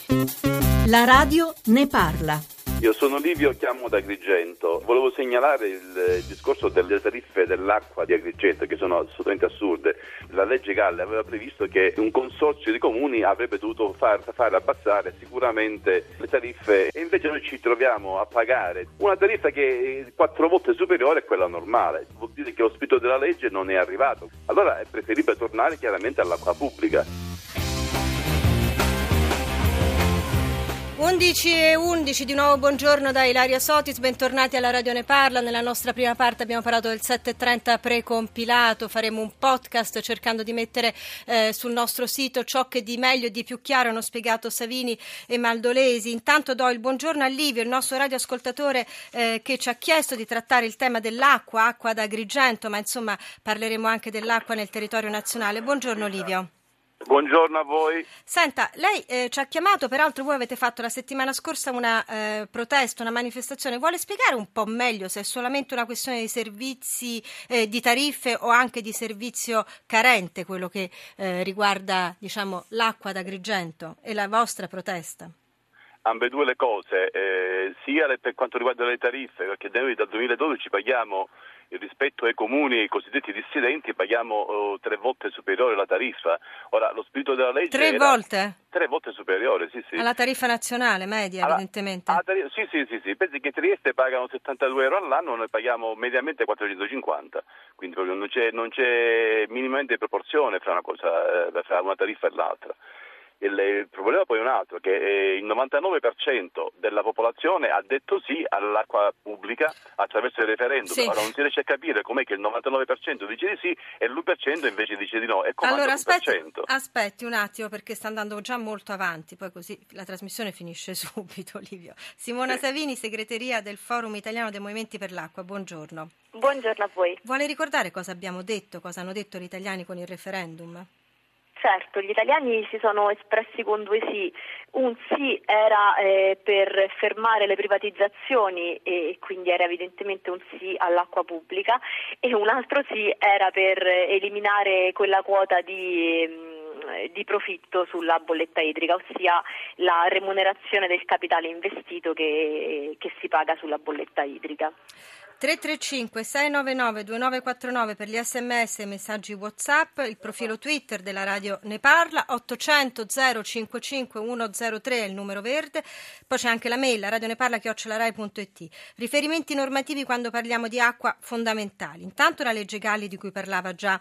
La radio ne parla. Io sono Livio, chiamo da Agrigento. Volevo segnalare il discorso delle tariffe dell'acqua di Agrigento, che sono assolutamente assurde. La legge Galli aveva previsto che un consorzio di comuni avrebbe dovuto far abbassare sicuramente le tariffe, e invece noi ci troviamo a pagare una tariffa che è 4 volte superiore a quella normale. Vuol dire che lo spirito della legge non è arrivato. Allora è preferibile tornare chiaramente all'acqua pubblica. 11:11, di nuovo buongiorno da Ilaria Sotis, bentornati alla Radio Ne Parla. Nella nostra prima parte abbiamo parlato del 7.30 precompilato, faremo un podcast cercando di mettere sul nostro sito ciò che di meglio e di più chiaro hanno spiegato Savini e Maldolesi. Intanto do il buongiorno a Livio, il nostro radioascoltatore che ci ha chiesto di trattare il tema dell'acqua, acqua da Agrigento, ma insomma parleremo anche dell'acqua nel territorio nazionale. Buongiorno Livio. Buongiorno a voi. Senta, lei ci ha chiamato, peraltro voi avete fatto la settimana scorsa una protesta, una manifestazione. Vuole spiegare un po' meglio se è solamente una questione di servizi, di tariffe o anche di servizio carente, quello che riguarda, diciamo, l'acqua d'Agrigento e la vostra protesta? Ambedue le cose, sia per quanto riguarda le tariffe, perché noi dal 2012 paghiamo, rispetto ai comuni cosiddetti dissidenti, paghiamo 3 volte superiore la tariffa. Ora, lo spirito della legge 3 volte? 3 volte superiore, sì. Alla tariffa nazionale, media, evidentemente. Sì. Pensi che Trieste pagano 72 euro all'anno, noi paghiamo mediamente 450, quindi proprio non c'è minimamente proporzione fra una tariffa e l'altra. Il problema poi è un altro, che il 99% della popolazione ha detto sì all'acqua pubblica attraverso il referendum. Sì. Ora non si riesce a capire com'è che il 99% dice di sì e l'1% invece dice di no. Allora aspetti un attimo, perché sta andando già molto avanti, poi così la trasmissione finisce subito, Livio. Simona Savini, segreteria del Forum Italiano dei Movimenti per l'Acqua, buongiorno. Buongiorno a voi. Vuole ricordare cosa abbiamo detto, cosa hanno detto gli italiani con il referendum? Certo, gli italiani si sono espressi con 2 sì. Un sì era per fermare le privatizzazioni e quindi era evidentemente un sì all'acqua pubblica, e un altro sì era per eliminare quella quota di profitto sulla bolletta idrica, ossia la remunerazione del capitale investito che si paga sulla bolletta idrica. 335 699 2949 per gli sms e messaggi WhatsApp, il profilo Twitter della Radio Ne Parla, 800 055 103 è il numero verde, poi c'è anche la mail radioneparla@rai.it. Riferimenti normativi quando parliamo di acqua fondamentali. Intanto la legge Galli di cui parlava già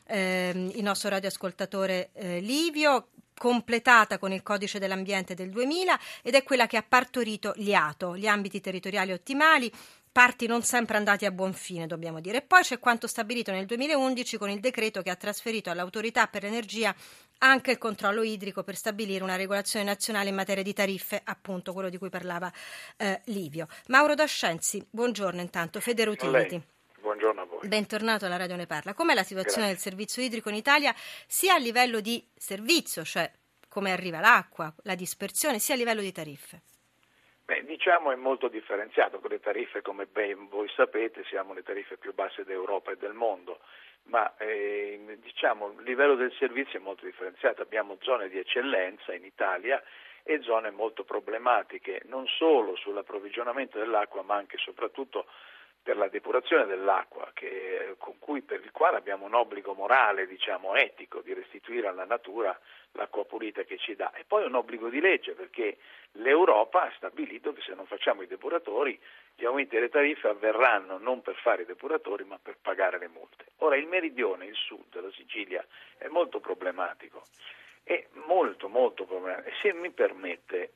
il nostro radioascoltatore Livio, completata con il codice dell'ambiente del 2000, ed è quella che ha partorito gli ATO, gli ambiti territoriali ottimali, parti non sempre andati a buon fine, dobbiamo dire. E poi c'è quanto stabilito nel 2011 con il decreto che ha trasferito all'Autorità per l'Energia anche il controllo idrico per stabilire una regolazione nazionale in materia di tariffe, appunto quello di cui parlava Livio. Mauro Dascenzi, buongiorno intanto, Federutility. Buongiorno a voi. Bentornato alla Radio Ne Parla. Com'è la situazione del servizio idrico in Italia, sia a livello di servizio, cioè come arriva l'acqua, la dispersione, sia a livello di tariffe? Diciamo è molto differenziato. Con le tariffe, come ben voi sapete, siamo le tariffe più basse d'Europa e del mondo, ma diciamo il livello del servizio è molto differenziato. Abbiamo zone di eccellenza in Italia e zone molto problematiche, non solo sull'approvvigionamento dell'acqua, ma anche e soprattutto per la depurazione dell'acqua, per il quale abbiamo un obbligo morale, diciamo etico, di restituire alla natura l'acqua pulita che ci dà, e poi un obbligo di legge, perché l'Europa ha stabilito che se non facciamo i depuratori gli aumenti delle tariffe avverranno non per fare i depuratori ma per pagare le multe. Ora il meridione, il sud, la Sicilia è molto problematico, molto problematico, e se mi permette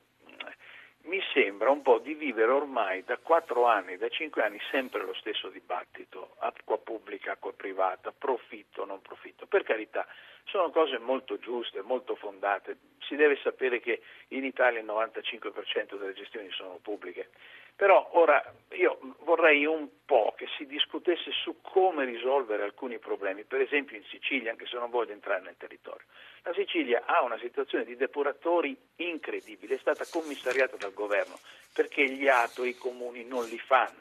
mi sembra un po' di vivere ormai da 4 anni, da 5 anni, sempre lo stesso dibattito, acqua pubblica, acqua privata, profitto, non profitto. Per carità, sono cose molto giuste, molto fondate. Si deve sapere che in Italia il 95% delle gestioni sono pubbliche. Però ora io vorrei un po' che si discutesse su come risolvere alcuni problemi, per esempio in Sicilia, anche se non voglio entrare nel territorio. La Sicilia ha una situazione di depuratori incredibile, è stata commissariata dal governo perché gli ATO, i comuni non li fanno,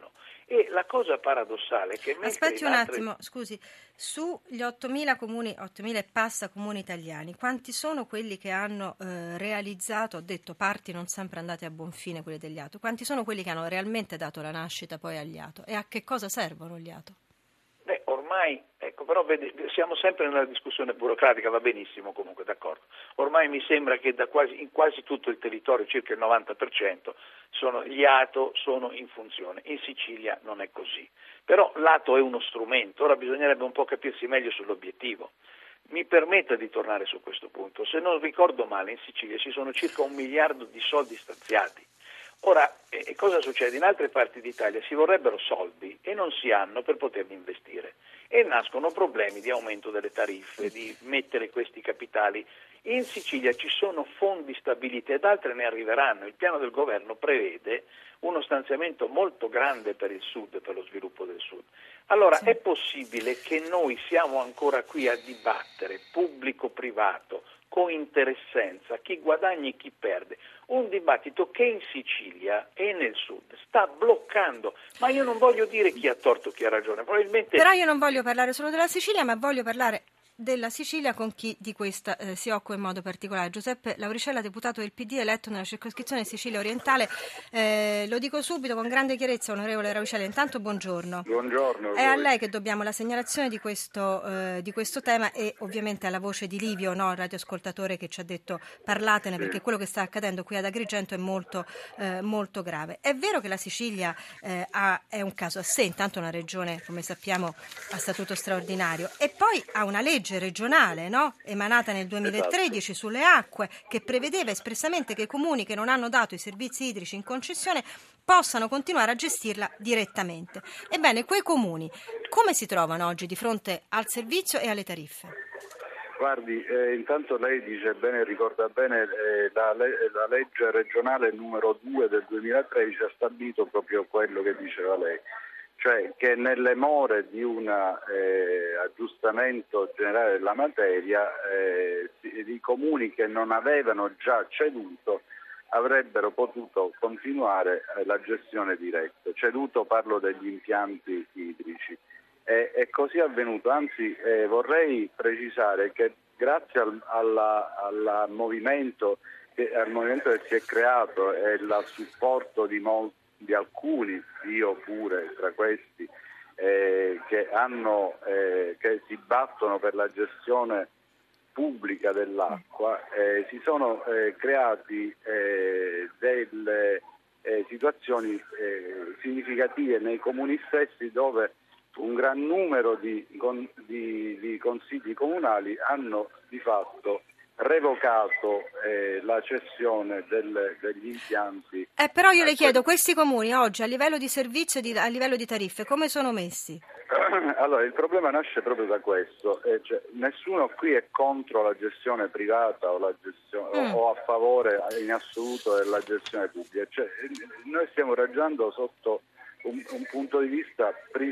E la cosa paradossale è che... Aspetti un attimo, scusi, sugli 8.000 comuni, 8.000 e passa comuni italiani, quanti sono quelli che hanno realizzato, ho detto parti non sempre andate a buon fine quelle degli ATO, quanti sono quelli che hanno realmente dato la nascita poi agli ATO e a che cosa servono gli ATO? Ormai, però vedi, siamo sempre nella discussione burocratica, va benissimo comunque, d'accordo. Ormai mi sembra che in quasi tutto il territorio, circa il 90%, gli ATO sono in funzione. In Sicilia non è così. Però l'ATO è uno strumento, ora bisognerebbe un po' capirsi meglio sull'obiettivo. Mi permetta di tornare su questo punto. Se non ricordo male, in Sicilia ci sono circa 1 miliardo di soldi stanziati. Ora, cosa succede? In altre parti d'Italia si vorrebbero soldi e non si hanno per poterli investire e nascono problemi di aumento delle tariffe, di mettere questi capitali. In Sicilia ci sono fondi stabiliti ed altre ne arriveranno. Il piano del governo prevede uno stanziamento molto grande per il Sud, per lo sviluppo del Sud. Allora, è possibile che noi siamo ancora qui a dibattere pubblico-privato, cointeressenza, chi guadagna e chi perde, un dibattito che in Sicilia e nel Sud sta bloccando, ma io non voglio dire chi ha torto, chi ha ragione, probabilmente... Però io non voglio parlare solo della Sicilia, ma voglio parlare della Sicilia con chi di questa si occupa in modo particolare. Giuseppe Lauricella, deputato del PD eletto nella circoscrizione Sicilia Orientale. Lo dico subito con grande chiarezza, onorevole Lauricella, intanto buongiorno. Buongiorno. È a lei che dobbiamo la segnalazione di questo tema e ovviamente alla voce di Livio, no, il radioascoltatore che ci ha detto parlatene, perché quello che sta accadendo qui ad Agrigento è molto grave. È vero che la Sicilia è un caso a sé, intanto una regione, come sappiamo, a statuto straordinario, e poi ha una legge regionale, no? Emanata nel 2013 sulle acque, che prevedeva espressamente che i comuni che non hanno dato i servizi idrici in concessione possano continuare a gestirla direttamente. Ebbene, quei comuni come si trovano oggi di fronte al servizio e alle tariffe? Guardi, intanto lei dice bene, ricorda bene, la legge regionale numero 2 del 2013 ha stabilito proprio quello che diceva lei. Cioè che nelle more di un aggiustamento generale della materia i comuni che non avevano già ceduto avrebbero potuto continuare la gestione diretta. Ceduto parlo degli impianti idrici. E così è avvenuto, anzi vorrei precisare che grazie al movimento che si è creato e al supporto di alcuni, io pure tra questi, che si battono per la gestione pubblica dell'acqua, si sono creati delle situazioni significative nei comuni stessi dove un gran numero di consigli comunali hanno di fatto revocato la cessione degli impianti. Però io le chiedo, questi comuni oggi a livello di servizio e a livello di tariffe come sono messi? Allora, il problema nasce proprio da questo, cioè, nessuno qui è contro la gestione privata o o a favore in assoluto della gestione pubblica, cioè, noi stiamo ragionando sotto un punto di vista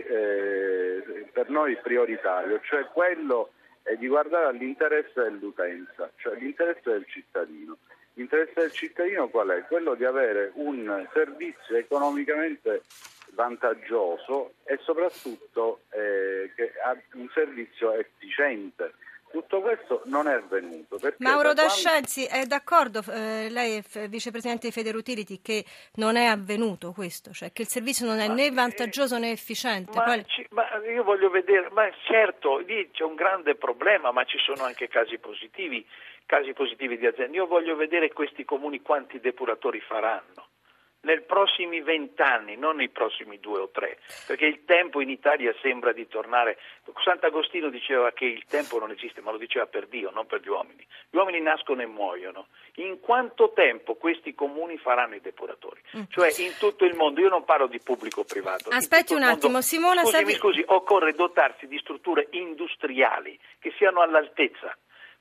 per noi prioritario, cioè quello di guardare all'interesse dell'utenza, cioè l'interesse del cittadino. L'interesse del cittadino qual è? Quello di avere un servizio economicamente vantaggioso e soprattutto che ha un servizio efficiente. Tutto questo non è avvenuto. Mauro Dascenzi, è d'accordo, lei è vicepresidente di Federutility, che non è avvenuto questo, cioè che il servizio non è né vantaggioso né efficiente? Ma io voglio vedere, ma certo, lì c'è un grande problema, ma ci sono anche casi positivi di aziende. Io voglio vedere questi comuni quanti depuratori faranno nei prossimi 20 anni, non nei prossimi 2 o 3, perché il tempo in Italia sembra di tornare. Sant'Agostino diceva che il tempo non esiste, ma lo diceva per Dio, non per gli uomini. Gli uomini nascono e muoiono. In quanto tempo questi comuni faranno i depuratori? Cioè in tutto il mondo, io non parlo di pubblico o privato. Aspetti un attimo, Simona. Scusi, occorre dotarsi di strutture industriali che siano all'altezza.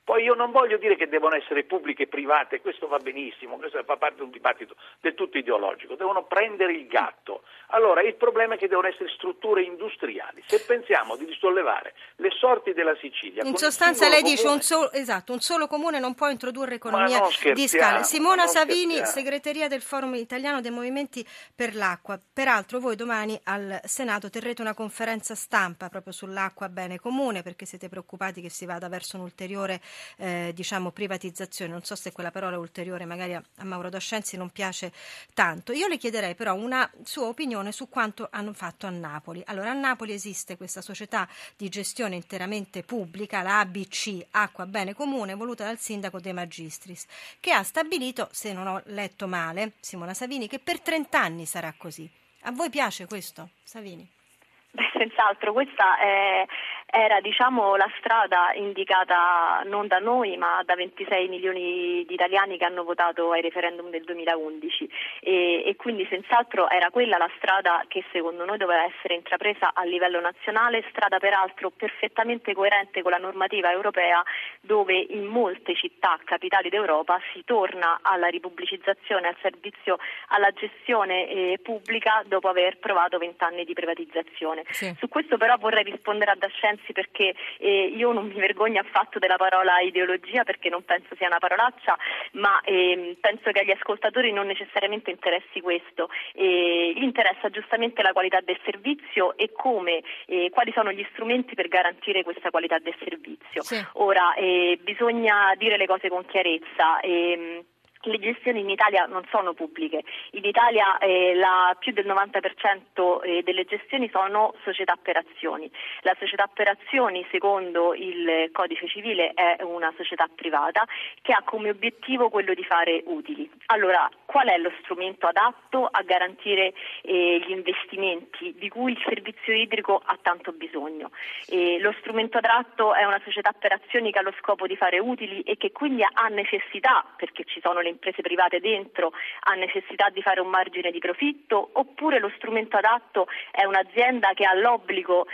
Poi io non voglio dire che devono essere pubbliche e private, questo va benissimo, questo fa parte di un dibattito del tutto ideologico, devono prendere il gatto. Allora il problema è che devono essere strutture industriali. Se pensiamo di risollevare le sorti della Sicilia... In sostanza lei dice un solo comune non può introdurre economia di scala. Simona Savini, segreteria del Forum Italiano dei Movimenti per l'Acqua. Peraltro voi domani al Senato terrete una conferenza stampa proprio sull'acqua bene comune, perché siete preoccupati che si vada verso un'ulteriore privatizzazione. Non so se quella parola ulteriore magari a Mauro D'Ascenzi non piace tanto. Io le chiederei però una sua opinione su quanto hanno fatto a Napoli. Allora, a Napoli esiste questa società di gestione interamente pubblica, la ABC, Acqua Bene Comune, voluta dal sindaco De Magistris, che ha stabilito, se non ho letto male, Simona Savini, che per 30 anni sarà così. A voi piace questo, Savini? Beh, senz'altro, questa era la strada indicata non da noi ma da 26 milioni di italiani che hanno votato ai referendum del 2011 e quindi senz'altro era quella la strada che secondo noi doveva essere intrapresa a livello nazionale, strada peraltro perfettamente coerente con la normativa europea, dove in molte città capitali d'Europa si torna alla ripubblicizzazione, al servizio, alla gestione pubblica dopo aver provato 20 anni di privatizzazione. Sì. Su questo però vorrei rispondere a D'Ascenzi perché io non mi vergogno affatto della parola ideologia, perché non penso sia una parolaccia, ma penso che agli ascoltatori non necessariamente interessi questo. Gli interessa giustamente la qualità del servizio e quali sono gli strumenti per garantire questa qualità del servizio. Sì. Ora, bisogna dire le cose con chiarezza. Le gestioni in Italia non sono pubbliche. In Italia più del 90% delle gestioni sono società per azioni. La società per azioni, secondo il Codice Civile, è una società privata che ha come obiettivo quello di fare utili. Allora, qual è lo strumento adatto a garantire gli investimenti di cui il servizio idrico ha tanto bisogno? Lo strumento adatto è una società per azioni che ha lo scopo di fare utili e che quindi ha necessità, perché ci sono le imprese private dentro, ha necessità di fare un margine di profitto, oppure lo strumento adatto è un'azienda che ha l'obbligo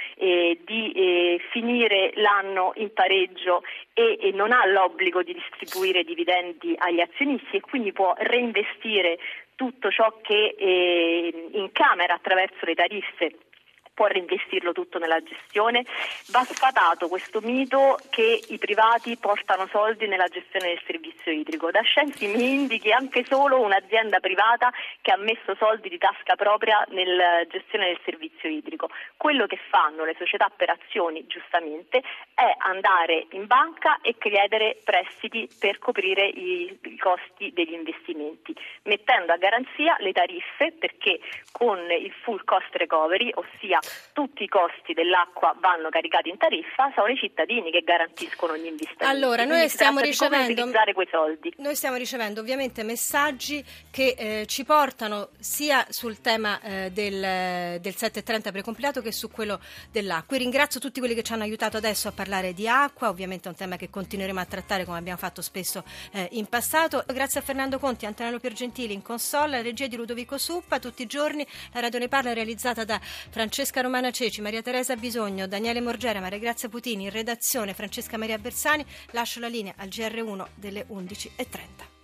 di finire l'anno in pareggio e non ha l'obbligo di distribuire dividendi agli azionisti e quindi può reinvestire tutto ciò che incamera attraverso le tariffe, può reinvestirlo tutto nella gestione. Va sfatato questo mito che i privati portano soldi nella gestione del servizio idrico. D'Ascenzi mi indichi anche solo un'azienda privata che ha messo soldi di tasca propria nella gestione del servizio idrico. Quello che fanno le società per azioni, giustamente, è andare in banca e chiedere prestiti per coprire i costi degli investimenti, mettendo a garanzia le tariffe, perché con il full cost recovery, ossia tutti i costi dell'acqua vanno caricati in tariffa, sono i cittadini che garantiscono gli investimenti. Allora, noi stiamo utilizzare quei soldi. Noi stiamo ricevendo ovviamente messaggi che ci portano sia sul tema del 730 precompilato che su quello dell'acqua. Io ringrazio tutti quelli che ci hanno aiutato adesso a parlare di acqua, ovviamente è un tema che continueremo a trattare come abbiamo fatto spesso in passato. Grazie a Fernando Conti, Antonello Piergentili in console, la regia di Ludovico Suppa. Tutti i giorni la Radio Ne Parla è realizzata da Francesca Romana Ceci, Maria Teresa Bisogno, Daniele Morgera, Maria Grazia Putini, in redazione Francesca Maria Bersani. Lascio la linea al GR1 delle 11:30.